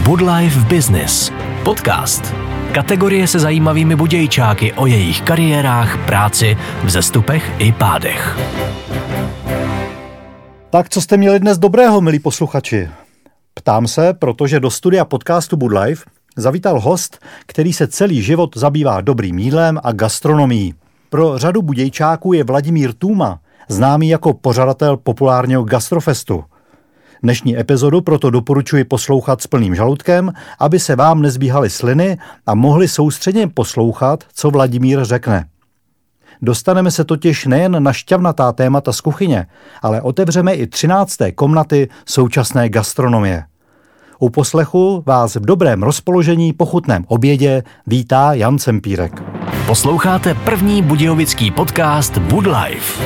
Bud Life Business. Podcast. Kategorie se zajímavými budějčáky o jejich kariérách, práci, vzestupech i pádech. Tak co jste měli dnes dobrého, milí posluchači? Ptám se, protože do studia podcastu Bud Life zavítal host, který se celý život zabývá dobrým jídlem a gastronomií. Pro řadu budějčáků je Vladimír Tůma, známý jako pořadatel populárního gastrofestu. Dnešní epizodu proto doporučuji poslouchat s plným žaludkem, aby se vám nezbíhaly sliny a mohli soustředně poslouchat, co Vladimír řekne. Dostaneme se totiž nejen na šťavnatá témata z kuchyně, ale otevřeme i 13. komnaty současné gastronomie. U poslechu vás v dobrém rozpoložení po chutném obědě vítá Jan Cempírek. Posloucháte první budějovický podcast Bud Life.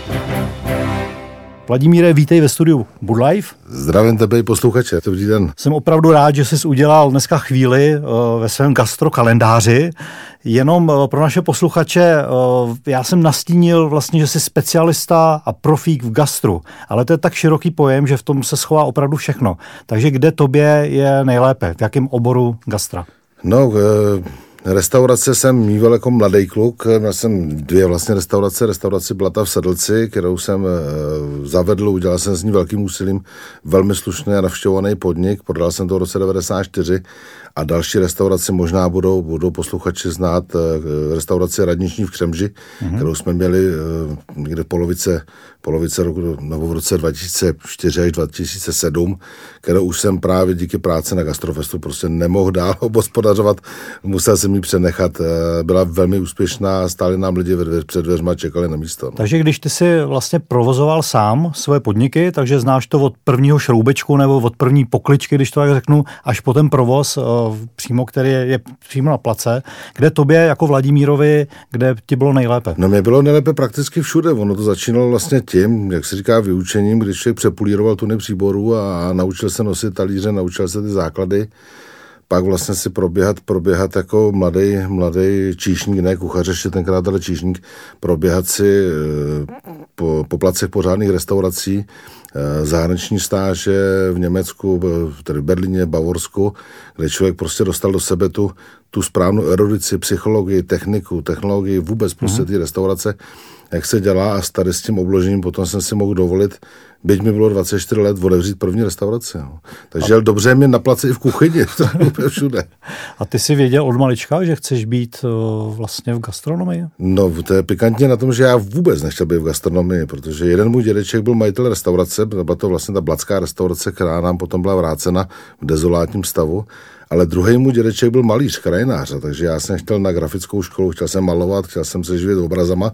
Vladimíre, vítej ve studiu Bud Life. Zdravím tebe i posluchače, dobrý den. Jsem opravdu rád, že jsi udělal dneska chvíli ve svém gastrokalendáři. Jenom pro naše posluchače, já jsem nastínil vlastně, že jsi specialista a profík v gastru, ale to je tak široký pojem, že v tom se schová opravdu všechno. Takže kde tobě je nejlépe? V jakém oboru gastra? No, restaurace jsem mýval jako mladý kluk. Měl jsem dvě vlastně restauraci Blata v Sedlci, kterou jsem zavedl, udělal jsem s ní velkým úsilím velmi slušný a navštěvovaný podnik, prodal jsem to v roce 1994 a další restauraci možná budou posluchači znát, restauraci Radniční v Křemži, kterou jsme měli někde v polovice roku, nebo v roce 2004 až 2007, kterou už jsem právě díky práci na gastrofestu prostě nemohl dál obhospodařovat, musel jsem ji přenechat, byla velmi úspěšná, stáli nám lidi před dveřma, čekali na místo. No. Takže když ty si vlastně provozoval sám svoje podniky, takže znáš to od prvního šroubečku nebo od první pokličky, když to tak řeknu, až po ten provoz přímo, který je přímo na place, kde tobě jako Vladimírovi, kde ti bylo nejlépe? No mě bylo nejlépe prakticky všude, ono to začínalo vlastně tím, jak se říká, vyučením, když člověk přepulíroval tuny příborů a naučil se nosit talíře, naučil se ty základy, pak vlastně si proběhat jako mladý číšník, ne kuchař ještě tenkrát, ale číšník, proběhat si po placech pořádných restaurací, zahraniční stáže v Německu, tedy v Berlíně, Bavorsku, kde člověk prostě dostal do sebe tu správnou erudici, psychologii, technologii, vůbec prostě ty restaurace, jak se dělá, a tady s tím obložením potom jsem si mohl dovolit, byť mi bylo 24 let, otevřít první restauraci. No. Takže dobře mě na place i v kuchyni, úplně všude. A ty jsi věděl od malička, že chceš být vlastně v gastronomii? No, to je pikantně na tom, že já vůbec nechtěl být v gastronomii, protože jeden můj dědeček byl majitel restaurace, byla to vlastně ta blatská restaurace, která nám potom byla vrácena v dezolátním stavu, ale druhý můj dědeček byl malíř, krajinář, takže já jsem chtěl na grafickou školu, chtěl jsem malovat, chtěl jsem se živit obrazama.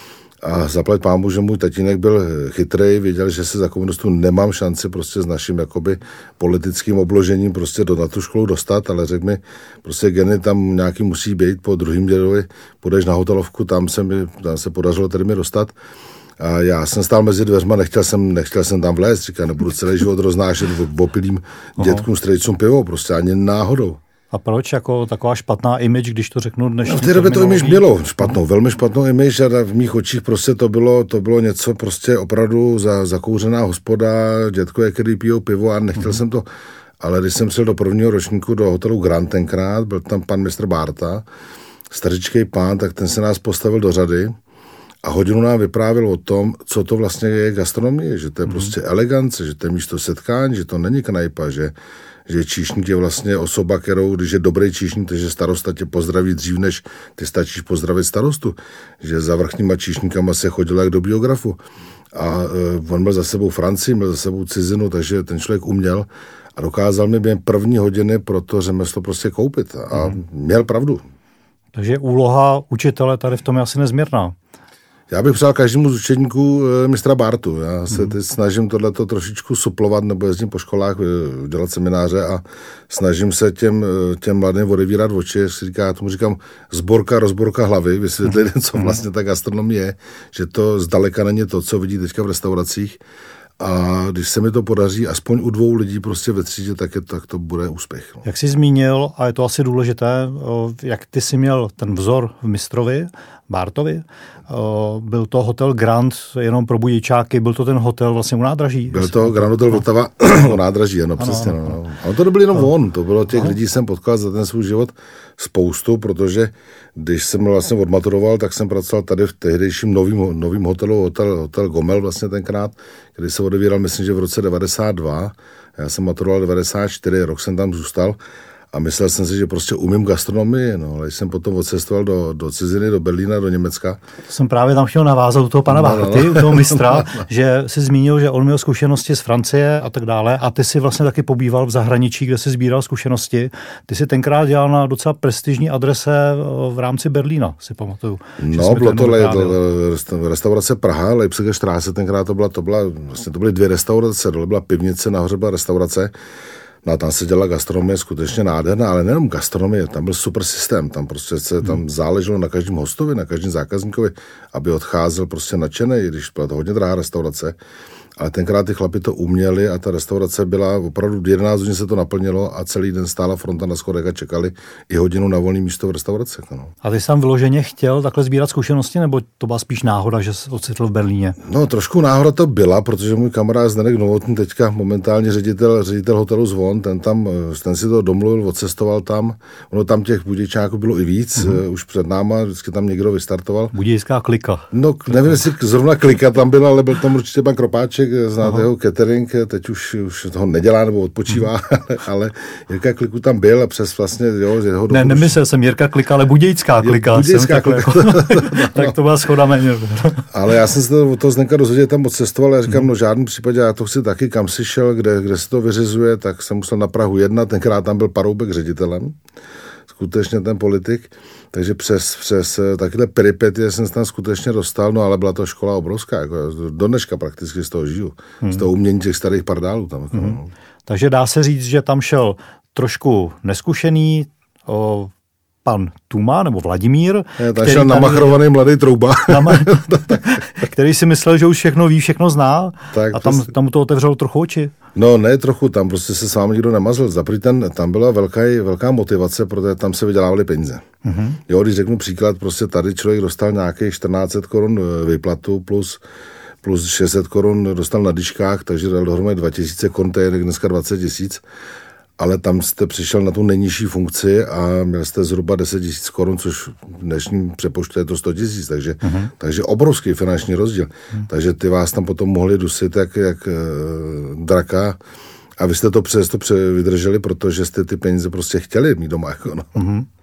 A zaplať pámu, že můj tatínek byl chytrej, věděl, že se za komunistů nemám šanci prostě s naším jakoby politickým obložením prostě na tu školu dostat, ale řekl mi, prostě geny tam nějaký musí být, po druhým dědovi půjdeš na hotelovku, tam se podařilo tedy mi dostat. A já jsem stál mezi dveřma, nechtěl jsem tam vlézt, říkal, nebudu celý život roznášet opilým dětkům, strejcům pivo, prostě ani náhodou. A proč? Jako taková špatná image, když to řeknu dnešní? No v té době to image bylo špatnou, velmi špatnou image a v mých očích prostě to bylo něco prostě opravdu zakouřená hospoda, dětkové, který pijou pivo a nechtěl jsem to. Ale když jsem přijel do prvního ročníku do hotelu Grand tenkrát, byl tam pan mistr Bárta, stařičkej pán, tak ten se nás postavil do řady a hodinu nám vyprávěl o tom, co to vlastně je gastronomie, že to je prostě elegance, že to je místo setkání, že to není knajpa, že číšník je vlastně osoba, kterou, když je dobrý číšník, takže starosta tě pozdraví dřív, než ty stačíš pozdravit starostu. Že za vrchníma číšníkama se chodilo jak do biografu. A on měl za sebou Francii, měl za sebou cizinu, takže ten člověk uměl a dokázal mi během první hodiny pro to řemeslo prostě koupit. A měl pravdu. Takže úloha učitele tady v tom je asi nezměrná. Já bych přál každému z učeníků mistra Bártu. Já se teď snažím tohleto trošičku suplovat, nebo jezdím po školách, dělat semináře a snažím se těm mladým odevírat oči. Já tomu říkám rozborka hlavy, vysvětlit, co vlastně ta gastronomie je, že to zdaleka není to, co vidí teďka v restauracích. A když se mi to podaří aspoň u 2 lidí prostě ve třídě, tak to bude úspěch. Jak jsi zmínil, a je to asi důležité, jak ty jsi měl ten vzor v mistrovi, Bártovi. Byl to hotel Grand jenom pro budějčáky, byl to ten hotel vlastně u nádraží. Byl to Grand Hotel Vltava u nádraží, ano, přesně. No. Ale to nebyl jenom on, to bylo těch lidí, jsem potkal za ten svůj život spoustu, protože když jsem vlastně odmaturoval, tak jsem pracoval tady v tehdejším novým hotelu, hotel Gomel vlastně tenkrát, který se odevíral, myslím, že v roce 92. Já jsem maturoval 94, rok jsem tam zůstal. A myslel jsem si, že prostě umím gastronomii, no, ale jsem potom odcestoval do ciziny, do Berlína, do Německa. To jsem právě tam chtěl navázat u toho pana Váchy, u toho mistra, že si zmínil, že on měl zkušenosti z Francie a tak dále a ty si vlastně taky pobýval v zahraničí, kde si sbíral zkušenosti. Ty si tenkrát dělal na docela prestižní adrese v rámci Berlína, si pamatuju. No, bylo to restaurace Praha, Leipziger Straße, tenkrát to byly 2 restaurace, dole byla pivnice, nahoře byla restaurace. No a tam se dělala gastronomie skutečně nádherná, ale nejenom gastronomie, tam byl super systém, tam prostě se tam záleželo na každém hostovi, na každém zákazníkovi, aby odcházel prostě nadšenej, když byla to hodně drahá restaurace. Ale tenkrát ty chlapi to uměli a ta restaurace byla opravdu 11 hodin se to naplnilo a celý den stála fronta na schodech a čekali i hodinu na volné místo v restauraci. No. A ty jsi tam vyloženě chtěl takhle sbírat zkušenosti, nebo to byla spíš náhoda, že jsi ocitl v Berlíně? No, trošku náhoda to byla, protože můj kamarád Zdeněk Novotný, teďka momentálně ředitel hotelu Zvon, ten si to domluvil, odcestoval tam. Ono tam těch budějčáků bylo i víc, už před náma, vždycky tam někdo vystartoval. Budějská klika. No, nevím, jestli zrovna klika tam byla, ale byl tam určitě pan Kropáček, znáte jeho catering, teď už toho nedělá nebo odpočívá, ale Jirka Kliku tam byl a přes vlastně, jo, z jeho dobu... Nemyslel jsem Jirka Klika, ale Budějská klika. Budějská klika. Tak to byla schoda méně. Ale já jsem se od toho Zdenka dozvěděl, tam odcestoval a říkám, no v žádném případě, já to chci taky, kam si šel, kde se to vyřizuje, tak jsem musel na Prahu 1, tenkrát tam byl Paroubek ředitelem, skutečně ten politik, takže přes takové peripetie jsem se tam skutečně dostal, no ale byla to škola obrovská, jako do dneška prakticky z toho žiju, z toho umění těch starých pardálů tam. Jako, no. Takže dá se říct, že tam šel trošku neskušený pan Tuma, nebo Vladimír. Tam šel namachrovaný mladý trouba. Který si myslel, že už všechno ví, všechno zná tak, a tam mu to otevřelo trochu oči. No ne trochu, tam prostě se s vámi nikdo nemazl. Zaprý tam byla velká motivace, protože tam se vydělávaly peníze. Jo, když řeknu příklad, prostě tady člověk dostal nějakých 1400 korun výplatu plus 600 korun dostal na dyškách, takže dal dohromady 2000 korun, to je dneska 20 000. Ale tam jste přišel na tu nejnižší funkci a měl jste zhruba 10 000 korun, což v dnešním přepočtu je to 100 000, takže obrovský finanční rozdíl. Takže ty vás tam potom mohli dusit jak draka a vy jste to přesto vydrželi, protože jste ty peníze prostě chtěli mít doma. Jako no.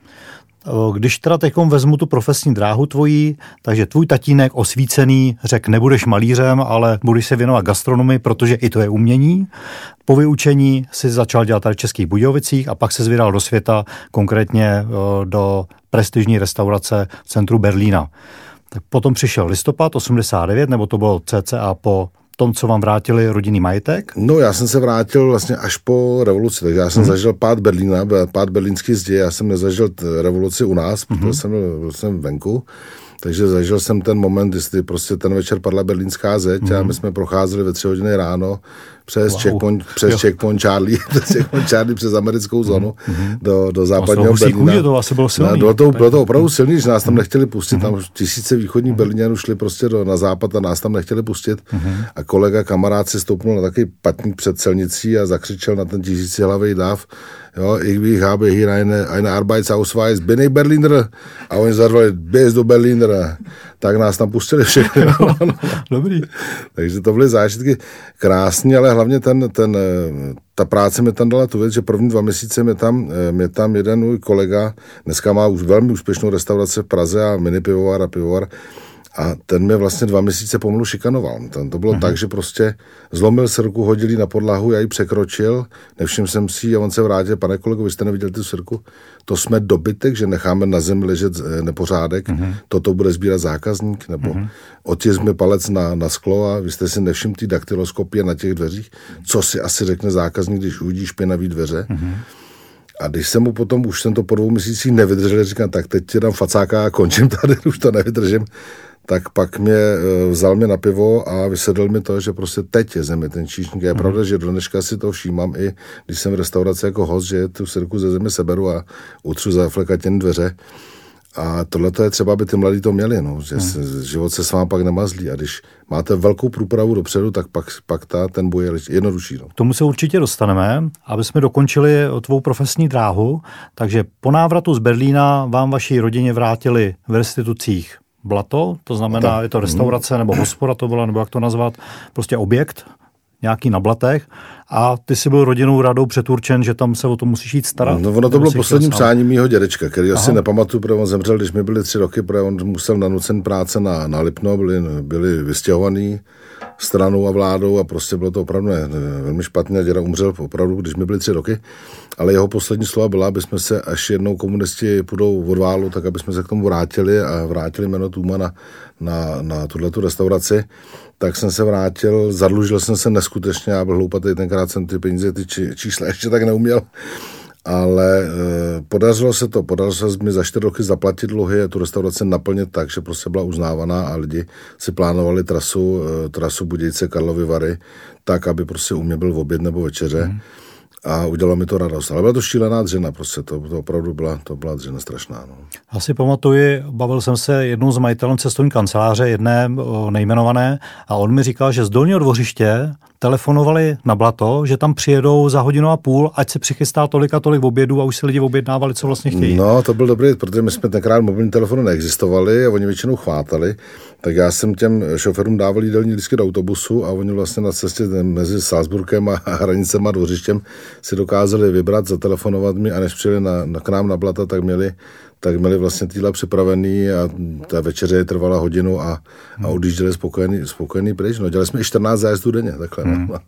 Když teda teďkom vezmu tu profesní dráhu tvojí, takže tvůj tatínek osvícený řekl, nebudeš malířem, ale budeš se věnovat gastronomii, protože i to je umění. Po vyučení si začal dělat tady v Českých Budějovicích a pak se vydal do světa, konkrétně do prestižní restaurace v centru Berlína. Tak potom přišel listopad 89, nebo to bylo cca po tom, co vám vrátili rodinný majetek? No, já jsem se vrátil vlastně až po revoluci, takže já jsem zažil pád Berlína, pád berlínský zdi, já jsem nezažil revoluci u nás, protože byl jsem venku, takže zažil jsem ten moment, kdy prostě ten večer padla berlínská zeď a my jsme procházeli ve 3 hodiny ráno přes checkpoint Charlie, přes americkou zónu do západního Berlína. To asi bylo silný. Bylo to opravdu silný, že nás tam nechtěli pustit, tam tisíce východních Berlíňanů šli prostě na západ a nás tam nechtěli pustit. A kolega, kamarád si stoupnul na takový patník před celnicí a zakřičel na ten 1000hlavý dáv, jo, ich habe hier eine Arbeitsausweis, bin ich Berliner. A oni zařvali, běž do Berliner. Tak nás tam pustili všechny. Dobrý. Takže to byly zážitky krásný, ale hlavně ta práce mi tam dala tu věc, že první 2 měsíce mě tam jeden můj kolega, dneska má už velmi úspěšnou restauraci v Praze a mini pivovar a pivovar, a ten mě vlastně 2 měsíce pomalu šikanoval. To bylo tak, že prostě zlomil srku, hodil jí na podlahu, já ji překročil, nevšiml jsem si a on se vrátil, pane kolego, vy jste neviděl tu srku? To jsme dobytek, že necháme na zemi ležet nepořádek, toto bude sbírat zákazník, nebo otisk mi palec na sklo a vy jste si nevšiml ty daktyloskopie na těch dveřích, co si asi řekne zákazník, když uvidí špinavý dveře. A když jsem mu potom, už jsem to po 2 měsících nevydržel, říkám, tak teď ti dám facáka a končím tady, už to nevydržím. Tak pak vzal mě na pivo a vysedl mi to, že prostě teď je zemi ten číšník. Je pravda, že do dneška si to všímám i když jsem v restauraci jako host, že tu sirku ze země seberu a utřu zaflekatěné dveře. A tohle je třeba, aby ty mladí to měli, no, že život se s vámi pak nemazlí a když máte velkou průpravu dopředu, tak pak ten boj je jednodušší. No. K tomu se určitě dostaneme, aby jsme dokončili tvou profesní dráhu, takže po návratu z Berlína vám vaší rodině vrátili v restitucích blato, to znamená, je to restaurace nebo hospoda to byla, nebo jak to nazvat, prostě objekt, nějaký na Blatech a ty jsi byl rodinnou radou předurčen, že tam se o to musíš jít starat? No ono to bylo posledním přání mýho dědečka, který asi nepamatuju, protože on zemřel, když mi byly 3 roky, protože on musel na nucen práce na Lipno, byli vystěhovaný stranou a vládou a prostě bylo to opravdu velmi špatně a děda umřel opravdu, když mi byly 3 roky, ale jeho poslední slova byla, aby jsme se, až jednou komunisti půjdou od válu, tak aby jsme se k tomu vrátili a vrátili jméno Tuma na tuhletu restauraci. Tak jsem se vrátil, zadlužil jsem se neskutečně, já byl hloupatý, tenkrát jsem ty peníze, ty čísla ještě tak neuměl, ale podařilo se mi za 4 roky zaplatit dluhy a tu restauraci naplnit tak, že prostě byla uznávaná a lidi si plánovali trasu Budějce Karlovy Vary tak, aby prostě u mě byl oběd nebo večeře. A udělalo mi to radost. Ale byla to šílená dřina, prostě to opravdu byla dřina strašná. No. Já si pamatuji, bavil jsem se jednou s majitelem cestovní kanceláře, jedné nejmenované, a on mi říkal, že z Dolního Dvořiště telefonovali na Blato, že tam přijedou za 1,5 hodiny, ať se přichystá tolik a tolik obědů a už si lidi objednávali, co vlastně chtějí. No, to byl dobrý, protože my jsme tenkrát mobilní telefony neexistovali a oni většinou chvátali, tak já jsem těm šoferům dával jídelní lístky do autobusu a oni vlastně na cestě mezi Salzburgem a Hranicem a Dvořištěm si dokázali vybrat, zatelefonovat mi a než přijeli k nám na Blata, tak měli vlastně týdla připravený a ta večeře trvala 1 hodinu a odjížděli spokojený pryč. No, dělali jsme i 14 zájezdů denně, takhle.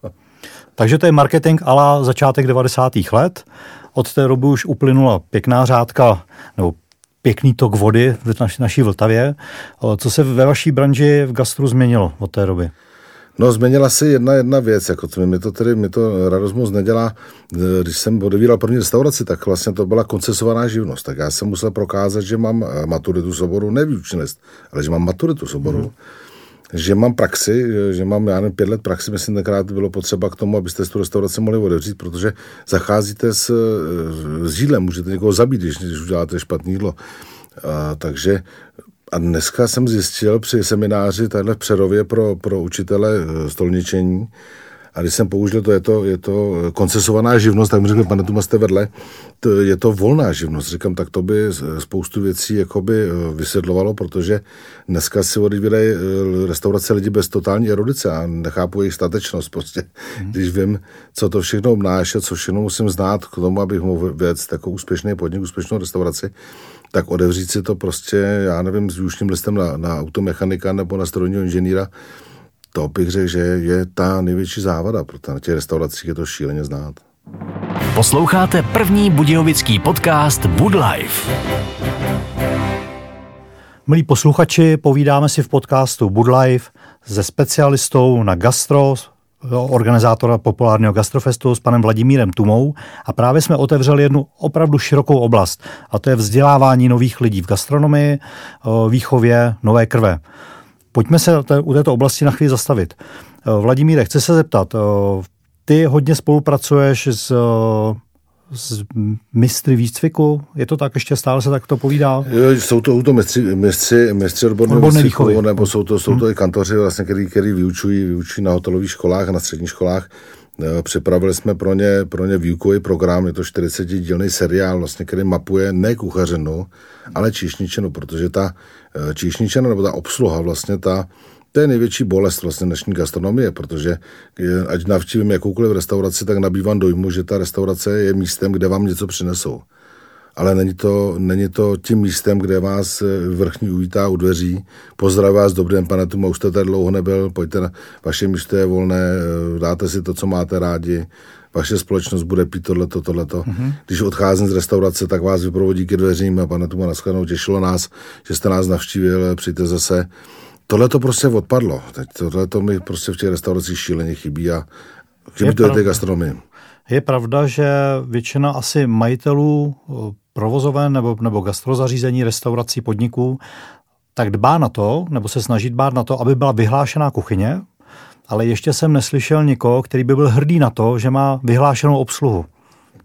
Takže to je marketing a la začátek 90. let. Od té doby už uplynula pěkná řádka, nebo pěkný tok vody v naší Vltavě. Co se ve vaší branži v gastru změnilo od té doby? No, změnila se jedna věc, jako mi to radost moc nedělá. Když jsem odevíral první restauraci, tak vlastně to byla koncesovaná živnost. Tak já jsem musel prokázat, že mám maturitu z oboru, ne výučnost, ale že mám maturitu z oboru. Že mám praxi, že mám 5 let praxi, myslím, tenkrát bylo potřeba k tomu, abyste tu restauraci mohli otevřít, protože zacházíte s jídlem, můžete někoho zabít, když uděláte špatné jídlo. Takže a dneska jsem zjistil při semináři tadyhle v Přerově pro učitele stolničení, a když jsem použil je to koncesovaná živnost, tak mi řekli, pane Tuma, jste vedle, je to volná živnost. Říkám, tak to by spoustu věcí jakoby vysvětlovalo, protože dneska si odvírají restaurace lidi bez totální erudice a nechápu jejich statečnost prostě. Když vím, co to všechno obnáší, co všechno musím znát k tomu, abych mohl vést takovou úspěšný podnik, úspěšnou restauraci, tak odevřít si to prostě, já nevím, s výučním listem na automechanika nebo na strojního inženýra, to bych řekl, že je ta největší závada, protože na těch restauracích je to šíleně znát. Posloucháte první budějovický podcast Bud Life. Milí posluchači, povídáme si v podcastu Bud Life se specialistou na gastro, organizátora populárního gastrofestu s panem Vladimírem Tumou, a právě jsme otevřeli jednu opravdu širokou oblast, a to je vzdělávání nových lidí v gastronomii, výchově nové krve. Pojďme se u této oblasti na chvíli zastavit. Vladimíre, chci se zeptat, ty hodně spolupracuješ s mistry výcviku, je to tak, ještě stále se tak to povídá? Jsou to mistři odborné výchovy, nebo jsou to i kantoři, vlastně, který vyučují na hotelových školách a na středních školách. Připravili jsme pro ně výukový program, je to 40dílný seriál, vlastně, který mapuje ne kuchařinu, ale číšničinu, protože ta číšničina nebo ta obsluha vlastně to je největší bolest vlastně dnešní gastronomie, protože ať navštívím jakoukoliv restauraci, tak nabývám dojmu, že ta restaurace je místem, kde vám něco přinesou. Ale není to tím místem, kde vás vrchní uvítá u dveří, pozdraví vás, dobrý den, pane Tuma, už jste tady dlouho nebyl, pojďte, vaše místo je volné, dáte si to, co máte rádi, vaše společnost bude pít tohleto. Když odcházím z restaurace, tak vás vyprovodí ke dveřím a pane Tuma, nashledanou, těšilo nás, že jste nás navštívil, přijďte zase. Tohle to prostě odpadlo. Tohle to mi prostě v těch restauracích šíleně chybí a chybí to té gastronomii. Je pravda, že většina asi majitelů provozoven nebo gastrozařízení, restaurací, podniků, tak dbá na to, nebo se snaží dbát na to, aby byla vyhlášená kuchyně, ale ještě jsem neslyšel nikoho, který by byl hrdý na to, že má vyhlášenou obsluhu.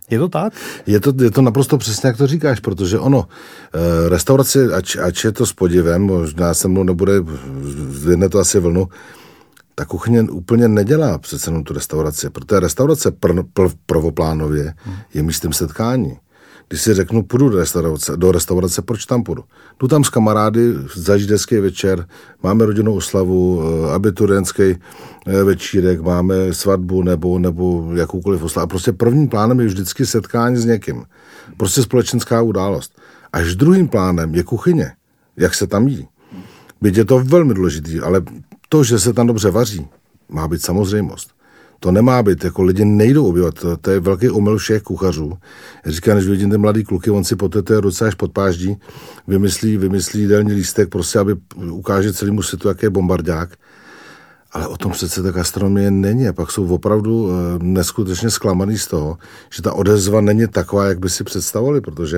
Je to tak? Je to naprosto přesně, jak to říkáš, protože restaurace, ač je to s podivem, možná se mnou nebude, zvedne to asi vlnu, ta kuchyně úplně nedělá přece jenom tu restauraci, protože restaurace prvoplánově je místem setkání. Když si řeknu, půjdu do restaurace, proč tam půjdu? Jdu tam s kamarády, zažít hezký večer, máme rodinnou oslavu, abiturientský večírek, máme svatbu nebo jakoukoliv oslavu. Prostě prvním plánem je vždycky setkání s někým. Prostě společenská událost. Až druhým plánem je kuchyně, jak se tam jí. Byť je to velmi důležitý, ale to, že se tam dobře vaří, má být samozřejmost. To nemá být, jako lidi nejdou objevat, to je velký omyl všech kuchařů. Já říkám, než vidím ty mladý kluky, on si potetuje ruce až pod páždí, vymyslí jídelní lístek, prostě, aby ukáže celému světu, jaký je bombardák. Ale o tom přece ta gastronomie není. A pak jsou opravdu neskutečně zklamaný z toho, že ta odezva není taková, jak by si představovali, protože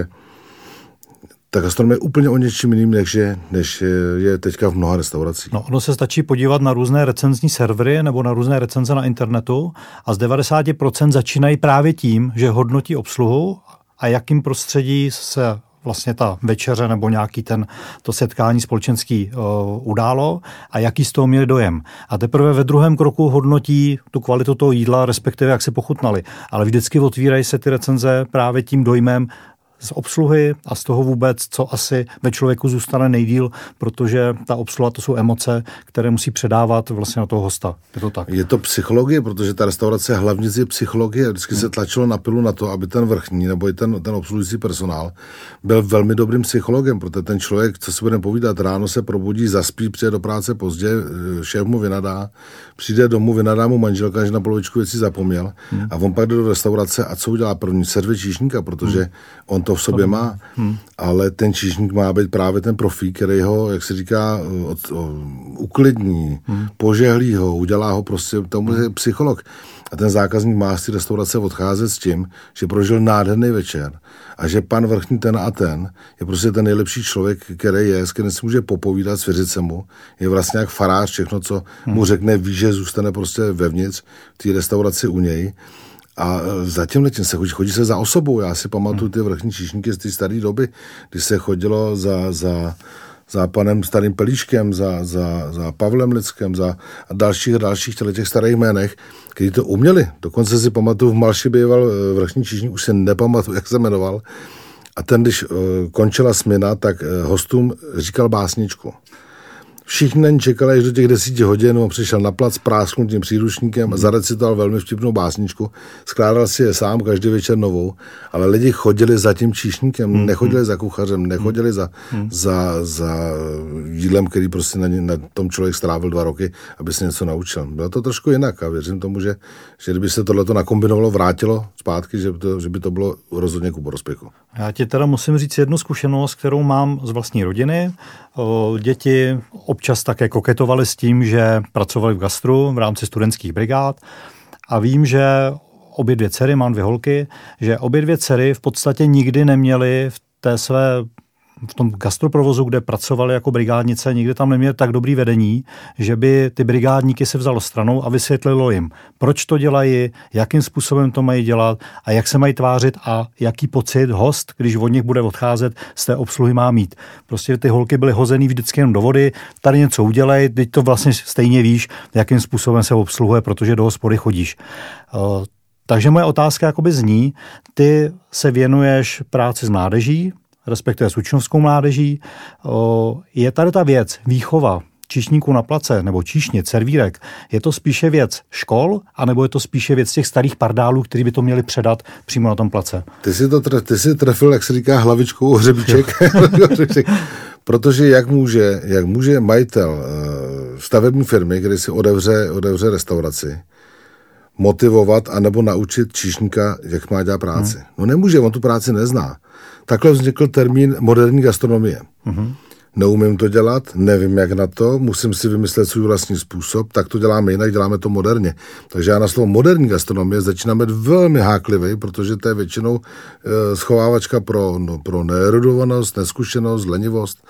ta gastronomie je úplně o něčím jiným, než je teďka v mnoha restauracích. No, ono se stačí podívat na různé recenzní servery nebo na různé recenze na internetu a z 90% začínají právě tím, že hodnotí obsluhu a jakým prostředí se vlastně ta večeře nebo nějaký to setkání společenský událo a jaký z toho měli dojem. A teprve ve druhém kroku hodnotí tu kvalitu toho jídla, respektive jak se pochutnali. Ale vždycky otvírají se ty recenze právě tím dojmem z obsluhy a z toho vůbec, co asi ve člověku zůstane nejdýl, protože ta obsluha, to jsou emoce, které musí předávat vlastně na toho hosta. Je to tak? Je to psychologie, protože ta restaurace hlavně je psychologie. Vždycky se tlačilo na pilu na to, aby ten vrchní nebo i ten obsluhující personál byl velmi dobrým psychologem, protože ten člověk, co si budeme povídat, ráno se probudí, zaspí, přijde do práce pozdě, šéf mu vynadá, přijde domů, vynadá mu manželka, že na polovičku věcí zapomněl a on pak jde do restaurace a co udělá první? Servě číšníka, protože on to v sobě má, ale ten číšník má být právě ten profík, který ho, jak se říká, uklidní, požehlí ho, udělá ho prostě, tomu je psycholog. A ten zákazník má z té restaurace odcházet s tím, že prožil nádherný večer a že pan vrchní ten a ten je prostě ten nejlepší člověk, který je, s kterým si může popovídat, svěřit se mu. Je vlastně jak farář, všechno, co mu řekne, ví, že zůstane prostě vevnitř v té restauraci u něj. A zatím letím se chodí se za osobou. Já si pamatuju ty vrchní číšníky z té staré doby, kdy se chodilo za panem Starým Pelíškem, za Pavlem Lidskem, za dalších těch starých jménech, kteří to uměli. Dokonce si pamatuju, v Malši býval vrchní číšník, už se nepamatuju, jak se jmenoval. A ten, když končila směna, tak hostům říkal básničku. Všichni na ní čekali až do těch 10 hodin, on přišel na plac s prásknutým příručníkem a zarecitoval velmi vtipnou básničku. Skládal si je sám každý večer novou, ale lidi chodili za tím číšníkem, nechodili za kuchařem, nechodili za jídlem, který prostě na tom člověk strávil 2 roky, aby se něco naučil. Bylo to trošku jinak a věřím tomu, že kdyby se tohleto nakombinovalo, vrátilo zpátky, že by to bylo rozhodně ku prospěchu. Já ti teda musím říct jednu zkušenost, kterou mám z vlastní rodiny. Děti občas také koketovaly s tím, že pracovali v gastru v rámci studentských brigád a vím, že obě 2 dcery, mám 2 holky, že obě 2 dcery v podstatě nikdy neměly v tom gastroprovozu, kde pracovali jako brigádnice, nikdy tam neměli tak dobrý vedení, že by ty brigádníky se vzalo stranou a vysvětlilo jim, proč to dělají, jakým způsobem to mají dělat a jak se mají tvářit a jaký pocit host, když od nich bude odcházet, z té obsluhy má mít. Prostě ty holky byly hozený vždycky jenom do vody, tady něco udělej, teď to vlastně stejně víš, jakým způsobem se obsluhuje, protože do hospody chodíš. Takže moje otázka jakoby zní, ty se věnuješ práci s mládeží, respektive s učňovskou mládeží. Je tady ta věc, výchova číšníků na place, nebo číšnic, servírek, je to spíše věc škol, anebo je to spíše věc těch starých pardálů, kteří by to měli předat přímo na tom place? Ty jsi trefil, jak se říká, hlavičkou o hřebíček. Protože jak může majitel stavební firmy, který si odevře restauraci, motivovat anebo naučit číšníka, jak má dělat práci. No nemůže, on tu práci nezná. Takhle vznikl termín moderní gastronomie. Neumím to dělat, nevím jak na to, musím si vymyslet svůj vlastní způsob, tak to děláme jinak, děláme to moderně. Takže já na slovo moderní gastronomie začínám být velmi háklivý, protože to je většinou schovávačka pro neerudovanost, neskušenost, lenivost.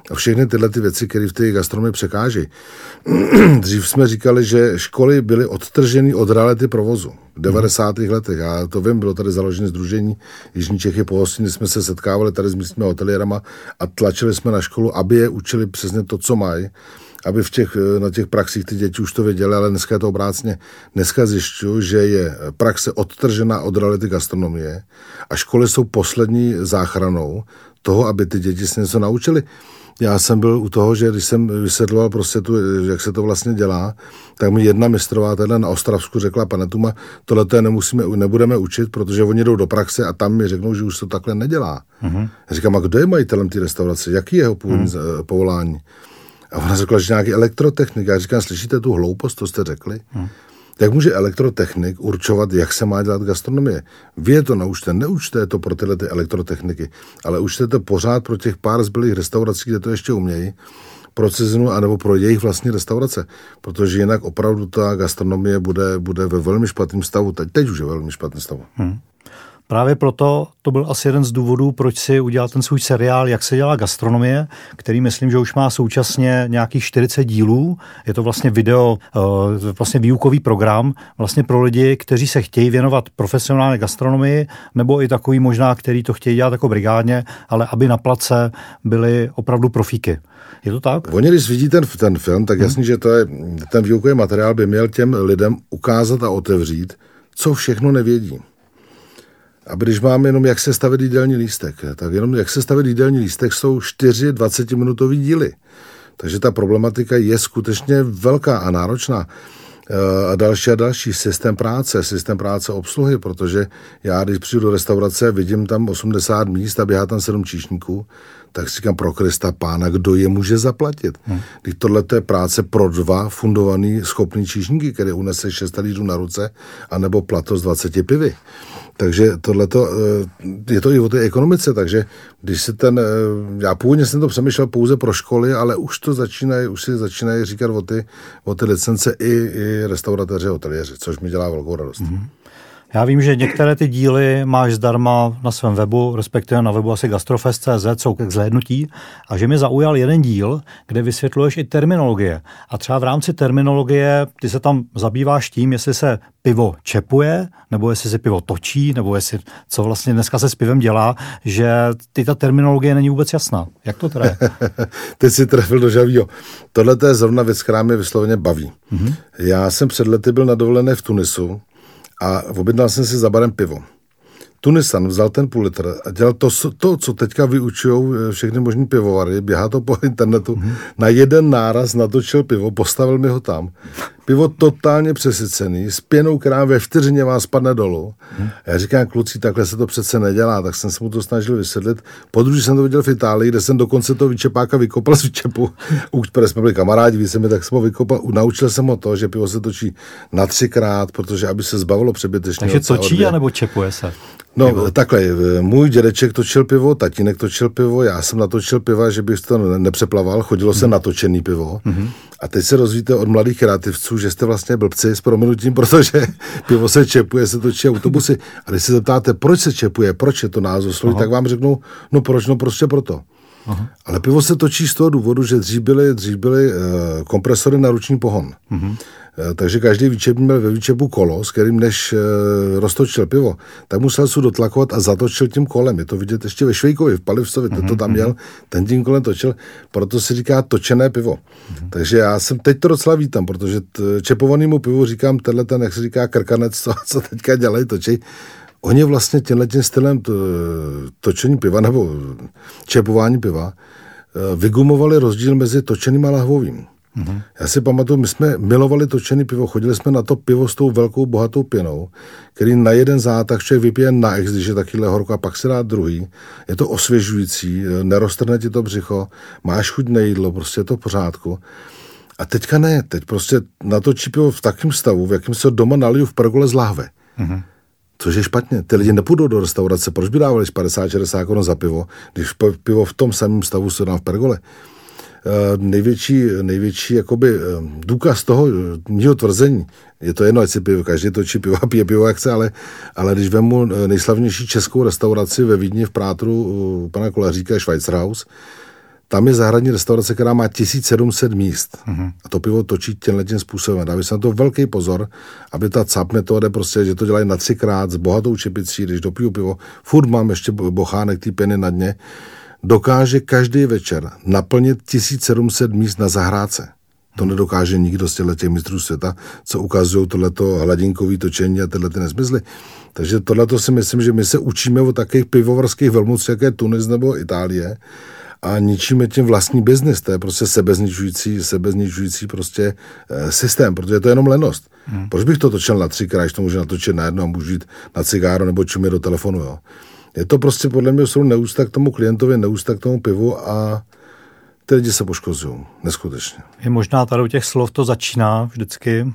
A všechny tyhle ty věci, které v té gastronomii překážejí. Dřív jsme říkali, že školy byly odtrženy od reality provozu. V 90. letech, já to vím, bylo tady založené sdružení Jižní Čechy Pohostinny, jsme se setkávali tady s místními hoteliérama a tlačili jsme na školu, aby je učili přesně to, co mají, aby na těch praxích ty děti už to věděly, ale dneska je to obrácně. Dneska zjišťuju, že je praxe odtržená od reality gastronomie a školy jsou poslední záchranou toho, aby ty děti se něco naučily. Já jsem byl u toho, že když jsem vysvětloval prostě jak se to vlastně dělá, tak mi jedna mistrová tady na Ostravsku řekla, pane Tuma, tohle nebudeme učit, protože oni jdou do praxe a tam mi řeknou, že už to takhle nedělá. Já říkám, a kdo je majitelem té restaurace? Jaký je jeho povolání? A ona řekla, že nějaký elektrotechnik. Já říkám, slyšíte tu hloupost, to jste řekli? Jak může elektrotechnik určovat, jak se má dělat gastronomie? Vy je to naučte, neučte to pro tyhle ty elektrotechniky, ale učte to pořád pro těch pár zbylých restaurací, kde to ještě umějí, pro cizinu, anebo pro jejich vlastní restaurace. Protože jinak opravdu ta gastronomie bude ve velmi špatném stavu. Teď už je velmi špatný stavu. Právě proto to byl asi jeden z důvodů, proč si udělal ten svůj seriál Jak se dělá gastronomie, který myslím, že už má současně nějakých 40 dílů. Je to vlastně video, vlastně výukový program vlastně pro lidi, kteří se chtějí věnovat profesionální gastronomii, nebo i takový možná, který to chtějí dělat jako brigádně, ale aby na place byli opravdu profíky. Je to tak? Oni, když vidí ten film, tak jasně, že ten výukový materiál by měl těm lidem ukázat a otevřít, co všechno nevědí. A když máme jenom jak se stavit jídelní lístek, tak jenom jak se stavit jídelní lístek jsou 4 20-minutový díly. Takže ta problematika je skutečně velká a náročná. A další systém práce obsluhy, protože já, když přijdu do restaurace, vidím tam 80 míst a běhá tam 7 číšníků, tak si říkám, pro Krista pána, kdo je může zaplatit? Když tohle je práce pro 2 fundovaný schopný číšníky, který unese 6 talířů na ruce, anebo plato z 20 pivy. Takže tohleto, je to i o té ekonomice, takže když se já původně jsem to přemýšlel pouze pro školy, ale už si začínají říkat o ty licence i restauratéři, hoteliéři, což mi dělá velkou radost. Já vím, že některé ty díly máš zdarma na svém webu, respektive na webu asi gastrofest.cz, jsou k zhlédnutí, a že mi zaujal jeden díl, kde vysvětluješ i terminologie. A třeba v rámci terminologie ty se tam zabýváš tím, jestli se pivo čepuje, nebo jestli se pivo točí, nebo jestli, co vlastně dneska se s pivem dělá, že ta terminologie není vůbec jasná. Jak to teda je? Teď si trefil do žavýho. Tohle je zrovna věc, která mě vysloveně baví. Já jsem před lety byl na dovolené v Tunisu a objednal jsem si za barem pivo. Tunisan vzal ten půl litr a dělal to, co teďka vyučujou všechny možný pivovary, běhá to po internetu, na jeden náraz natočil pivo, postavil mi ho tam. Pivo totálně přesycený, s pěnou, která ve vteřině vás spadne dolů. A já říkám, kluci, takhle se to přece nedělá, tak jsem se mu to snažil vysvětlit. Podruhé jsem to viděl v Itálii, kde jsem dokonce toho vyčepáka vykopal z výčepu, protože jsme byli kamarádi, víceméně, tak jsem ho vykopal. Naučil jsem ho to, že pivo se točí na 3krát, protože aby se zbavilo přebytečného. Takže točí, anebo čepuje se? No takhle, můj dědeček točil pivo, tatínek točil pivo, já jsem natočil piva, že bych to nepřeplaval, chodilo se natočený pivo. A teď se rozvíjíte od mladých kreativců, že jste vlastně blbci s prominutím, protože pivo se čepuje, se točí autobusy. A když se zeptáte, proč se čepuje, proč je to název sloví, tak vám řeknou, no proč, no prostě proto. Ale pivo se točí z toho důvodu, že dřív byly kompresory na ruční pohon. Takže každý výčepník měl ve výčepu kolo, s kterým než roztočil pivo, tak musel se dotlakovat a zatočil tím kolem. Je to vidět ještě ve Švejkovi, v Palivcovi, ten to tam měl, ten tím kolem točil, proto se říká točené pivo. Takže já jsem teď to docela vítám, protože čepovanému pivu říkám ten, jak se říká, krkanec, co teďka dělají, točí. Oni vlastně tímhletím stylem točení piva nebo čepování piva vygumovali rozdíl mezi točeným a lahvovým. Já si pamatuju, my jsme milovali točený pivo, chodili jsme na to pivo s tou velkou bohatou pěnou, který na jeden zátah člověk vypije na ex, když je takovýhle horko, a pak si dá druhý. Je to osvěžující, neroztrhne ti to břicho, máš chuť na jídlo, prostě je to v pořádku. A teďka ne, teď prostě natočí pivo v takém stavu, v jakém se doma naliju v pergole z lahve. Což je špatně. Ty lidi nepůjdou do restaurace, proč by dávali 50-60 korun za pivo, když pivo v tom samém stavu se dá v pergole. Největší jakoby důkaz toho mýho tvrzení, je to jedno, ať si každý točí pivo a pije pivo, jak chce, ale když vemu nejslavnější českou restauraci ve Vídni v Prátru pana Kolaříka, Schweizerhaus, Tam je zahradní restaurace, která má 1700 míst. A to pivo točí tímhletím způsobem. Dává se na to velký pozor, aby ta CAP metoda prostě, že to dělají na 3krát s bohatou čepicí, když dopiju pivo, furt mám ještě bochánek té pěny na dně, dokáže každý večer naplnit 1700 míst na zahrádce. To nedokáže nikdo z těch mistrů světa, co ukazují tohleto hladinkový točení a tyhle ty nesmysly. Takže tohleto si myslím, že my se učíme o takových pivovarských velmocí, jako je Tunis nebo Itálie, a ničíme tím vlastní biznis. To je prostě sebezničující prostě systém, protože to je jenom lenost. Proč bych to točil na 3krát, když to můžu natočit na jedno a můžu jít na cigáro nebo čumě do telefonu, jo. Je to prostě podle mě jsou neúcta k tomu klientovi, neúcta k tomu pivu a ty lidi se poškozují. Neskutečně. Je možná tady u těch slov to začíná vždycky,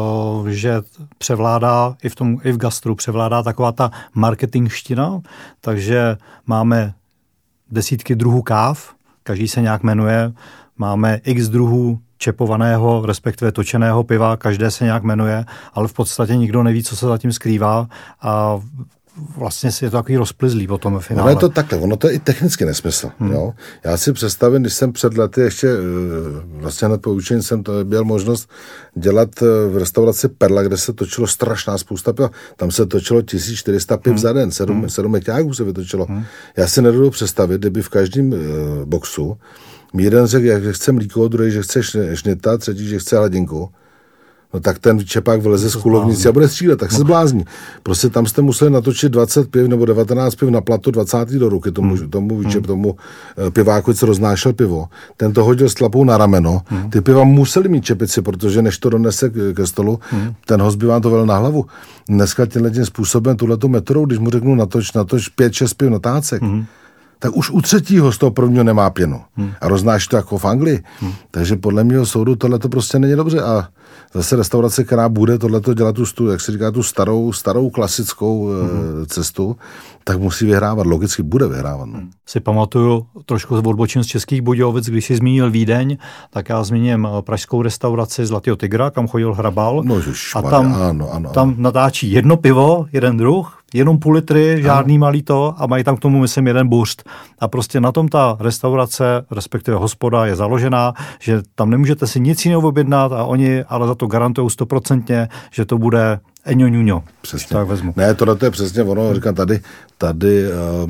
že převládá i v gastru převládá taková ta marketingština, takže máme desítky druhů káv, každý se nějak jmenuje, máme x druhů čepovaného, respektive točeného piva, každé se nějak jmenuje, ale v podstatě nikdo neví, co se zatím skrývá a vlastně je to takový rozplizlý potom ve finále. Ono je to takhle, ono to je i technicky nesmysl. Jo? Já si představím, když jsem před lety ještě vlastně hned po učení jsem to měl možnost dělat v restauraci Perla, kde se točilo strašná spousta piva. Tam se točilo 1400 piv za den, 7 meťáků se vytočilo. Já si nedovedu představit, kdyby v každém boxu jeden řekl, že chce mlíko, druhý, že chce šnita, třetí, že chce hladinku. No tak ten čepák vyleze z kulovnice a bude střílet, tak se zblázní. Prostě tam jste museli natočit 20 piv nebo 19 piv na platu 20. do ruky tomu piváku, co roznášel pivo. Ten to hodil s tlapou na rameno. Ty piva museli mít čepici, protože než to donese ke stolu, ten host by vám to vel na hlavu. Dneska tímhletím způsobem, tuhletu metodou, když mu řeknu natoč 5-6 piv na tácek, tak už u třetího z toho prvního nemá pěnu. A roznáš to jako v Anglii. Takže podle mého soudu tohle to prostě není dobře. A zase restaurace, která bude tohleto dělat jak se říká, tu starou klasickou cestu, tak musí vyhrávat. Logicky bude vyhrávat. No. Si pamatuju trošku odbočím z Českých Budějovic, když si zmínil Vídeň, tak já zmíním pražskou restauraci Zlatého tygra, kam chodil Hrabal. No, a tam natáčí jedno pivo, jeden druh, jenom půl litry, žádný malý to a mají tam k tomu, myslím, jeden burst. A prostě na tom ta restaurace, respektive hospoda je založená, že tam nemůžete si nic jiného objednat a oni ale za to garantují 100%, že to bude eňo ňuňo. Přesně. Tak vezmu. Ne, tohle je přesně ono, říkám, tady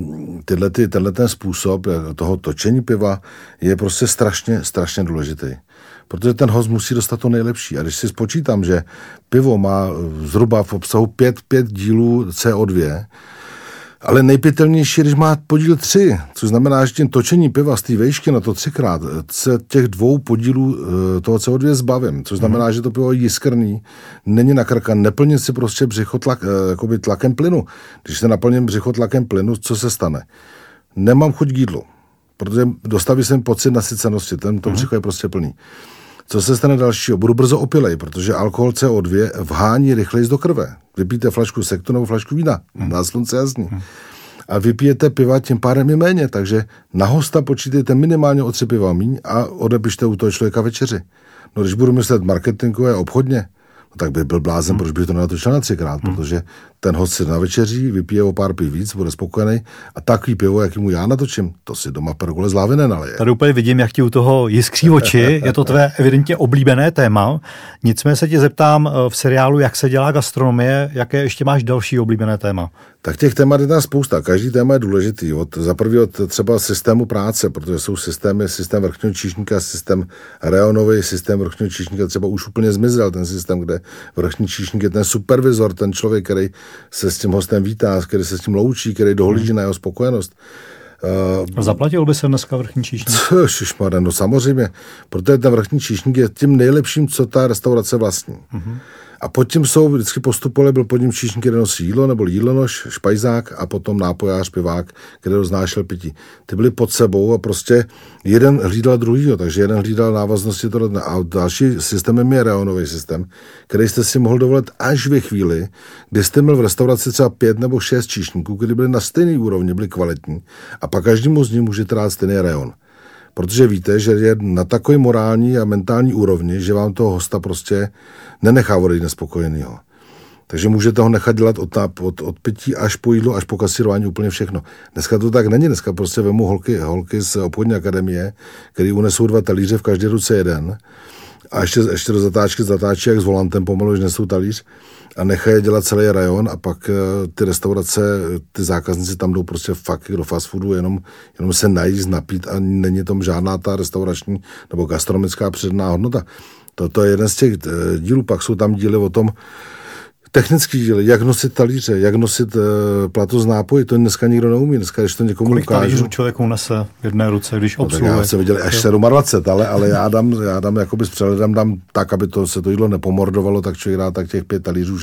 tenhle ten způsob toho točení piva je prostě strašně důležitý. Protože ten host musí dostat to nejlepší. A když si spočítám, že pivo má zhruba v obsahu 5 dílů CO2, ale nejpitelnější, když má podíl 3, což znamená, že tím točením piva z té vejšky na to 3krát se těch 2 podílů toho CO2 zbavím, což znamená, že to pivo je jiskrný, není nakrkan, neplní si prostě břicho tlakem plynu. Když se naplním břicho tlakem plynu, co se stane? Nemám chuť k jídlu, protože dostaví se mi pocit nasycenosti, to břicho je prostě plný. Co se stane dalšího? Budu brzo opilej, protože alkohol CO2 vhání rychleji do krve. Vypijte flašku sektu nebo flašku vína, na slunce jasný. A vypijete piva tím pádem i méně, takže na hosta počítejte minimálně o 3 piva míň a odepište u toho člověka večeři. No když budu myslet marketingové obchodně, no tak by byl blázen, proč bych to nenatočil na 3krát, protože ten host si na večeří vypije o pár piv víc, bude spokojený a takový pivo, jaký mu já natočím, to si doma pergole z lávy nenaleje. Tady úplně vidím, jak ti u toho jiskří oči, je to tvé evidentně oblíbené téma. Nicméně se tě zeptám v seriálu Jak se dělá gastronomie, jaké ještě máš další oblíbené téma? Tak těch témat je tam spousta. Každý téma je důležitý. Za prvý od třeba systému práce, protože jsou systém vrchního číšníka, systém reonový, systém vrchního číšníka třeba už úplně zmizel, ten systém, kde vrchní číšník je ten supervizor, ten člověk, který se s tím hostem vítá, který se s tím loučí, který dohlíží na jeho spokojenost. Zaplatil by se dneska vrchní číšník? Šišmarja, no samozřejmě, protože ten vrchní číšník je tím nejlepším, co ta restaurace vlastní. A pod tím jsou vždycky postupovali, byl pod ním číšník, který nosí jídlo, nebo jídlonoš, špajzák a potom nápojář, pivák, který roznášel pití. Ty byli pod sebou a prostě jeden hlídal druhýho, takže jeden hlídal návaznosti tohle. A další systémem je reonový systém, který jste si mohl dovolit až ve chvíli, kdy jste měl v restauraci třeba 5 nebo 6 číšníků, kteří byli na stejné úrovni, byli kvalitní a pak každému z nich můžete dát stejný reon. Protože víte, že je na takové morální a mentální úrovni, že vám toho hosta prostě nenechá odejít nespokojenýho. Takže můžete ho nechat dělat od pití až po jídlo, až po kasírování úplně všechno. Dneska to tak není, dneska prostě vemu holky z obchodní akademie, který unesou 2 talíře, v každé ruce jeden a ještě do zatáčky zatáčí jak s volantem pomalu, že nesou talíř a nechají dělat celý rajon a pak ty restaurace, ty zákazníci tam jdou prostě fakt do fast foodu, jenom se najíst, napít a není tam žádná ta restaurační nebo gastronomická přidaná hodnota. To je jeden z těch dílů, pak jsou tam díly o tom, technický díly, jak nosit talíře, jak nosit plato z nápoji, to dneska nikdo neumí. Dneska, když to někomu kolik ukážu. talířů člověk unese v jedné ruce, když obsluhuje? Tak já jsem viděl až 27, ale já dám jakoby s přehledem, dám tak, aby se to jídlo nepomordovalo, tak člověk dá tak těch 5 talířů,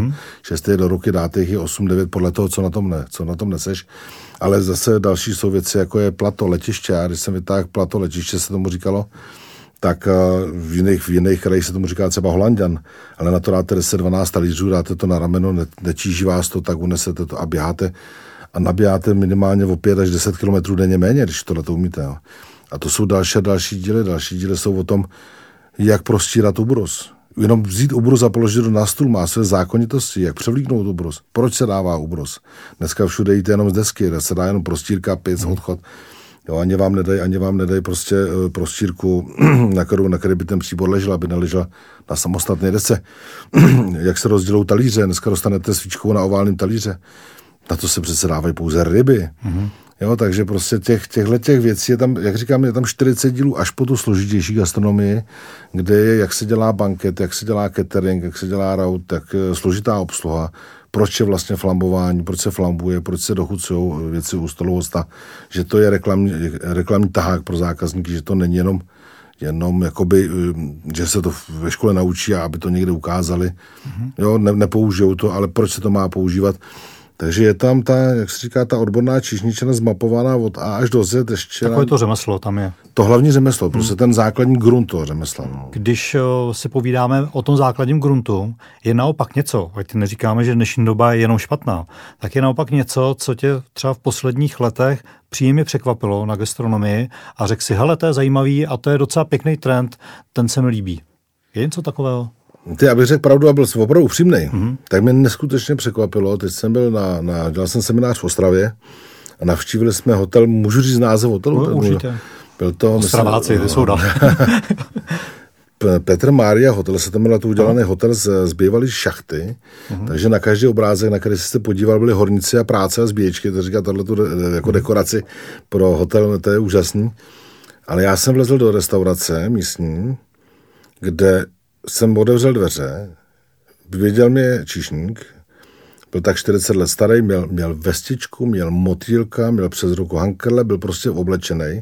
6 do ruky, dáte jich 8-9 podle toho, co na tom neseš. Ale zase další jsou věci, jako je plato letiště. Já když jsem vytáhl plato letiště, se tomu říkalo, tak v jiných krajích se tomu říká třeba Holanďan, ale na to dáte 10-12 talířů, dáte to na rameno, netíží vás to, tak unesete to a běháte a nabíháte minimálně o 5 až 10 kilometrů denně méně, když tohle to umíte. Jo. A to jsou další díly. Další díly jsou o tom, jak prostírat ubrus. Jenom vzít ubrus a položit na stůl má své zákonitosti, jak převlíknout ubrus. Proč se dává ubrus? Dneska všude jíte jenom z desky, se dá jenom prostírka, pic, odchod. Jo, ani vám nedají prostě prostírku, na který by ten příbor ležel, aby neležel na samostatné desce. Jak se rozdělou talíře, dneska dostanete svíčkou na oválném talíře. Na to se přece dávají pouze ryby. Jo, takže prostě těch věcí je tam, jak říkám, je tam 40 dílů až po tu složitější gastronomii, kde je, jak se dělá banket, jak se dělá catering, jak se dělá raut, jak složitá obsluha, proč je vlastně flambování, proč se flambuje, proč se dochucují věci u stolu hosta, že to je reklamní tahák pro zákazníky, že to není jenom jakoby, že se to ve škole naučí a aby to někde ukázali. Jo, nepoužijou to, ale proč se to má používat. Takže je tam jak se říká, ta odborná číšničina zmapovaná od A až do Z. Takové to řemeslo tam je. To hlavní řemeslo, prostě ten základní grunt toho řemesla. No. Když si povídáme o tom základním gruntu, je naopak něco, ať neříkáme, že dnešní doba je jenom špatná, tak je naopak něco, co tě třeba v posledních letech příjemně překvapilo na gastronomii a řekl si, hele, to je zajímavý a to je docela pěkný trend, ten se mi líbí. Je něco takového? Ty, abych řekl pravdu a byl jsem opravdu upřímnej, tak mě neskutečně překvapilo. Teď jsem byl dělal jsem seminář v Ostravě a navštívili jsme hotel, můžu říct název hotelu? No, určitě. Byl to... Ostraváci, ty jsou dál. Petr Mária hotel, se tam byl to udělaný hotel z bývalý šachty, takže na každý obrázek, na který jste se podíval, byli horníci a práce a zbíječky, to říká tohleto jako dekoraci pro hotel, to je úžasný. Ale já jsem vlezl do restaurace místní, kde jsem otevřel dveře, viděl mě číšník, byl tak 40 let starý, měl vestičku, měl motýlka, měl přes ruku hankerle, byl prostě oblečený.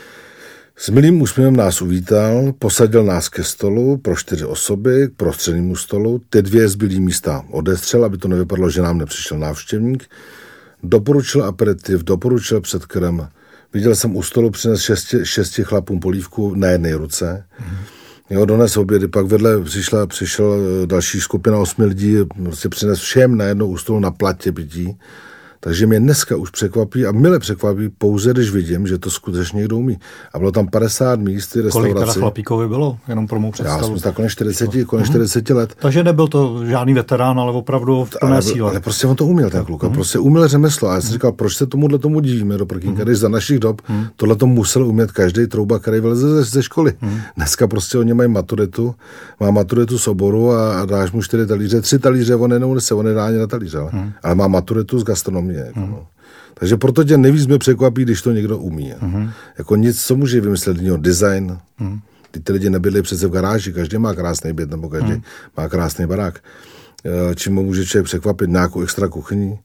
S milým úsměvem nás uvítal, posadil nás ke stolu pro 4 osoby, k prostřednímu stolu, ty 2 zbylý místa odestřel, aby to nevypadlo, že nám nepřišel návštěvník. Doporučil aperitiv, doporučil předkrm. Viděl jsem u stolu přines 6 chlapům polívku na jedné ruce. Jo, dones obědy, pak vedle přišel další skupina 8 lidí, prostě přines všem na jednou u stolu na platě pití. Takže mě dneska už překvapí a mile překvapí pouze, když vidím, že to skutečně někdo umí. A bylo tam 50 míst restaurací. Kolik teda chlapíkovi bylo? Jenom pro mou představu. Já jsem tak kolem 40 let. Takže nebyl to žádný veterán, ale opravdu v plné síle. Ale prostě on to uměl, ten kluk. Prostě uměl řemeslo. A já jsem říkal, proč se tomu divíme do prkínka, když za našich dob tohle to musel umět každý trouba, který vyleze ze školy. Dneska prostě oni mají maturitu, má maturitu z oboru a dáš mu 4 talíře, 3 talíře, on neunese, on nedá ani na talíře, ale má maturitu z gastronomie. No. Takže proto tě nejvíc mě překvapí, když to někdo umí. Jako nic, co může vymyslet design. Ty lidi nebydlí přece v garáži, každý má krásný byt, nebo každý má krásný barák. Čím může člověk překvapit nějakou extra kuchyni.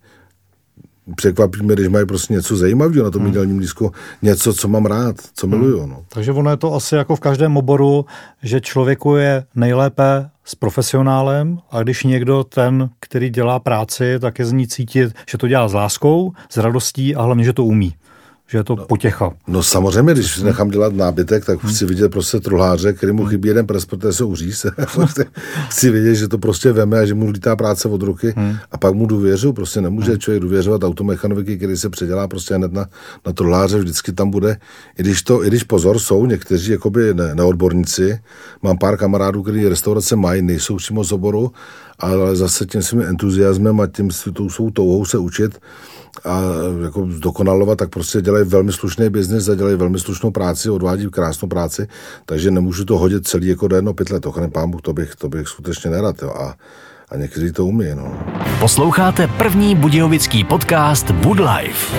Překvapí mě, když mají prostě něco zajímavého na tom jídelním lístku, něco, co mám rád, co miluju. No. Takže ono je to asi jako v každém oboru, že člověku je nejlépe s profesionálem a když někdo ten, který dělá práci, tak je z ní cítit, že to dělá s láskou, s radostí a hlavně, že to umí. Že je to potěcha. No samozřejmě, když nechám dělat nábytek, tak chci vidět prostě truhláře, který mu chybí jeden pres, protože se uříz. Chci vidět, že to prostě veme a že mu lítá práce od ruky a pak mu důvěřu. Prostě nemůže člověk důvěřovat automechanoviky, který se předělá prostě hned na truhláře, vždycky tam bude. I když pozor, jsou někteří jakoby neodborníci. Mám pár kamarádů, kteří restaurace mají, nejsou přímo z oboru, ale zase tím svým entuziasmem a tím svou touhou se učit a jako zdokonalovat, tak prostě dělají velmi slušný biznis a dělají velmi slušnou práci, odvádí krásnou práci, takže nemůžu to hodit celý jako do jedno pytle, ochraň pán Bůh, to bych skutečně nerad, jo. A někteří to umí, no. Posloucháte první budějovický podcast Bud Life.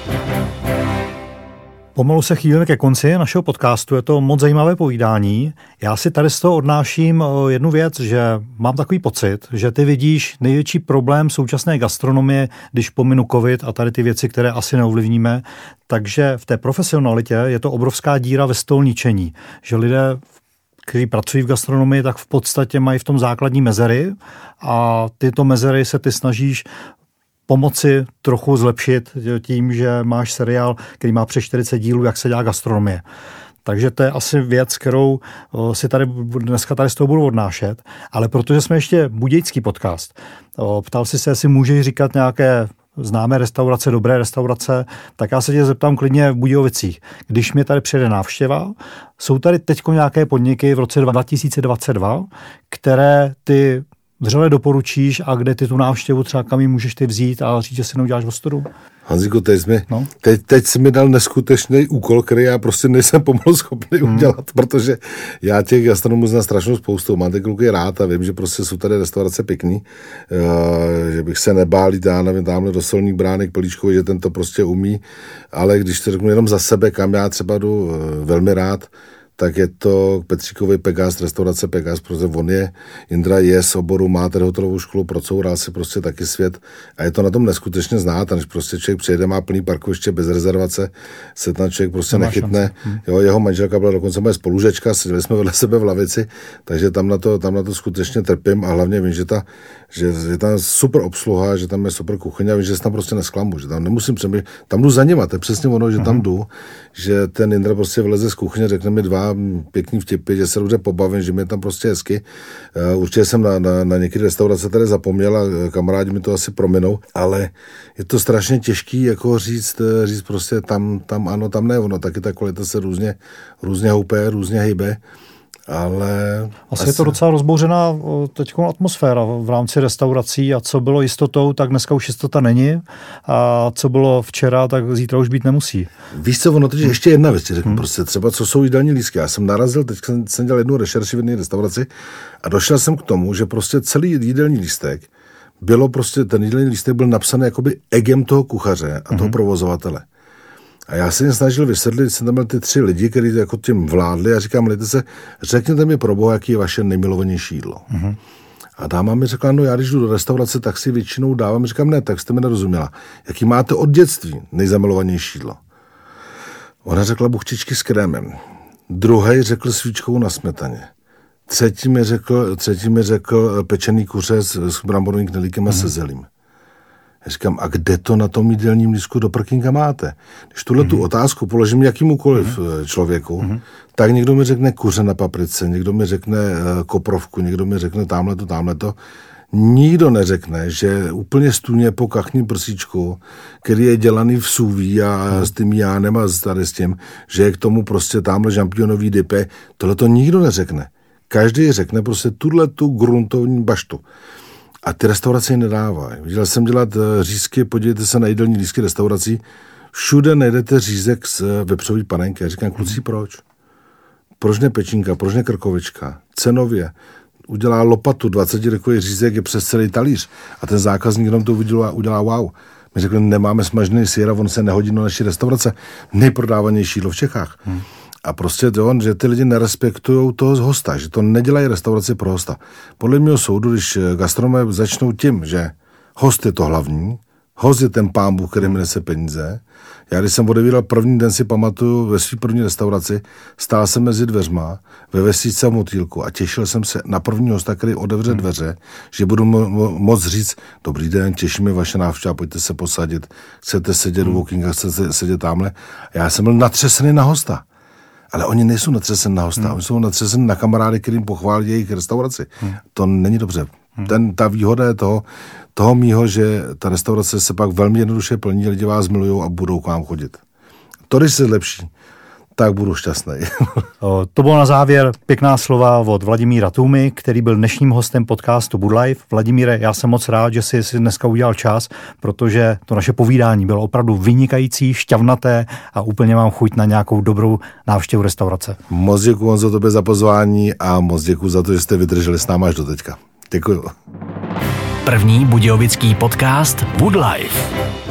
Pomalu se chýlíme ke konci našeho podcastu, je to moc zajímavé povídání. Já si tady z toho odnáším jednu věc, že mám takový pocit, že ty vidíš největší problém současné gastronomie, když pominu covid a tady ty věci, které asi neovlivníme, takže v té profesionalitě je to obrovská díra ve stolničení, že lidé, kteří pracují v gastronomii, tak v podstatě mají v tom základní mezery a tyto mezery se ty snažíš pomoci trochu zlepšit tím, že máš seriál, který má přes 40 dílů, jak se dělá gastronomie. Takže to je asi věc, kterou si tady dneska z toho budu odnášet, ale protože jsme ještě budějský podcast, ptal jsi se, jestli můžeš říkat nějaké známé restaurace, dobré restaurace, tak já se tě zeptám klidně v Budějovicích. Když mi tady přijede návštěva, jsou tady teď nějaké podniky v roce 2022, které ty vřele doporučíš a kde ty tu návštěvu třeba kam ji můžeš ty vzít a říct, že si neuděláš ostudu? Hanzíku, teď jsi mi dal neskutečný úkol, který já prostě nejsem pomalu schopný udělat, protože já těch gastronomů znám strašnou spoustu, mám ty kluky rád a vím, že prostě jsou tady restaurace pěkný, že bych se nebál jít, já nevím, tamhle do Solník Brány k Pelíčkovi, že ten to prostě umí, ale když to řeknu jenom za sebe, kam já třeba jdu velmi rád, tak je to Petříkovi Pegas, restaurace Pegas, protože on je, Jindra je z oboru, má tady hotelovou školu, procoural si prostě taky svět a je to na tom neskutečně znát, a než prostě člověk přijede, má plný parkoviště bez rezervace, se ten člověk prostě nechytne. Jo, jeho manželka byla dokonce moje spolužečka, seděli jsme vedle sebe v lavici, takže tam na to skutečně trpím a hlavně vím, že je tam super obsluha, že tam je super kuchyně a vím, že se tam prostě nesklamu, že tam nemusím přemýšlet, tam jdu za nima, to je přesně ono, že tam jdu, že ten Jindra prostě vleze z kuchyně, řekne mi dva pěkný vtipy, že se dobře pobavím, že mi je tam prostě hezky. Určitě jsem na některé restaurace tady zapomněl a kamarádi mi to asi prominou, ale je to strašně těžký jako říct prostě tam ano, tam ne, ono taky ta kvalita se různě houpe, různě hejbe. Ale asi je to docela rozbouřená teď atmosféra v rámci restaurací a co bylo jistotou, tak dneska už jistota není a co bylo včera, tak zítra už být nemusí. Víš co, ono totiž ještě jedna věc, řeknu prostě třeba, co jsou jídelní lístky. Já jsem narazil, teď jsem dělal jednu rešerši v jedné restauraci a došel jsem k tomu, že prostě celý jídelní lístek bylo prostě, ten jídelní lístek byl napsaný jakoby egem toho kuchaře a toho provozovatele. A já se jim snažil vysvětlit, jsem tam byl ty 3 lidi, kteří jako tím vládli a říkám, řekněte mi pro boha, jaký je vaše nejmilovanější jídlo. A dáma mi řekla, no já když jdu do restaurace, tak si většinou dávám, říkám, ne, tak jste mi nerozuměla. Jaký máte od dětství nejzamilovanější jídlo? Ona řekla buchtičky s krémem. Druhý řekl svíčkou na smetaně. Třetí mi řekl pečený kuře s bramborovým knedlíkem a se zelím. Já říkám, a kde to na tom jídelním lístku do prkínka máte? Když tu otázku položím jakýmukoliv člověku, tak někdo mi řekne kuře na paprice, někdo mi řekne koprovku, někdo mi řekne támhleto. Nikdo neřekne, že úplně stůně po kachním prsíčku, který je dělaný v sous a s tím jánem a tady s tím, že je k tomu prostě tamhle žampionový dipe, tohle to nikdo neřekne. Každý řekne prostě tu gruntovní baštu. A ty restaurace ji nedávají. Viděl jsem dělat řízky, podívejte se na jídelní lístky restaurací, všude najdete řízek z vepřový panenky. Já říkám, kluci, proč? Proč ne pečínka, proč ne krkovička? Cenově. Udělá lopatu, 20 řízek je přes celý talíř a ten zákazník jenom to udělá wow. My řekli, nemáme smažený syr a on se nehodí do naší restaurace. Nejprodávanější jídlo v Čechách. A prostě to, že ty lidi nerespektují toho hosta, že to nedělají restauraci pro hosta. Podle mého soudu, když gastronomové začnou tím, že host je to hlavní, host je ten pán Bůh, který mi nese peníze. Já když jsem odevíral první den, si pamatuju, ve své první restauraci, stál jsem mezi dveřma ve vesničce v Motýlku a těšil jsem se na první hosta, který otevře dveře, že budu moct říct, dobrý den, těší mi vaše návštěva, pojďte se posadit, chcete sedět v walkingu, chcete sedět tamhle. Já jsem byl natřesený na hosta. Ale oni nejsou natřeseni na hosta, oni jsou natřeseni na kamarády, kterým pochválí jejich restauraci. To není dobře. Ta výhoda je toho mýho, že ta restaurace se pak velmi jednoduše plní, lidi vás milujou a budou k vám chodit. To, když se zlepší, tak budu šťastný. To bylo na závěr pěkná slova od Vladimíra Tůmy, který byl dnešním hostem podcastu Bud Life. Vladimíre, já jsem moc rád, že jsi dneska udělal čas, protože to naše povídání bylo opravdu vynikající, šťavnaté a úplně mám chuť na nějakou dobrou návštěvu restaurace. Moc děkuji, Honzo, tobě za pozvání a moc děkuji za to, že jste vydrželi s námi až do teďka. Děkuji. První budějovický podcast Bud Life.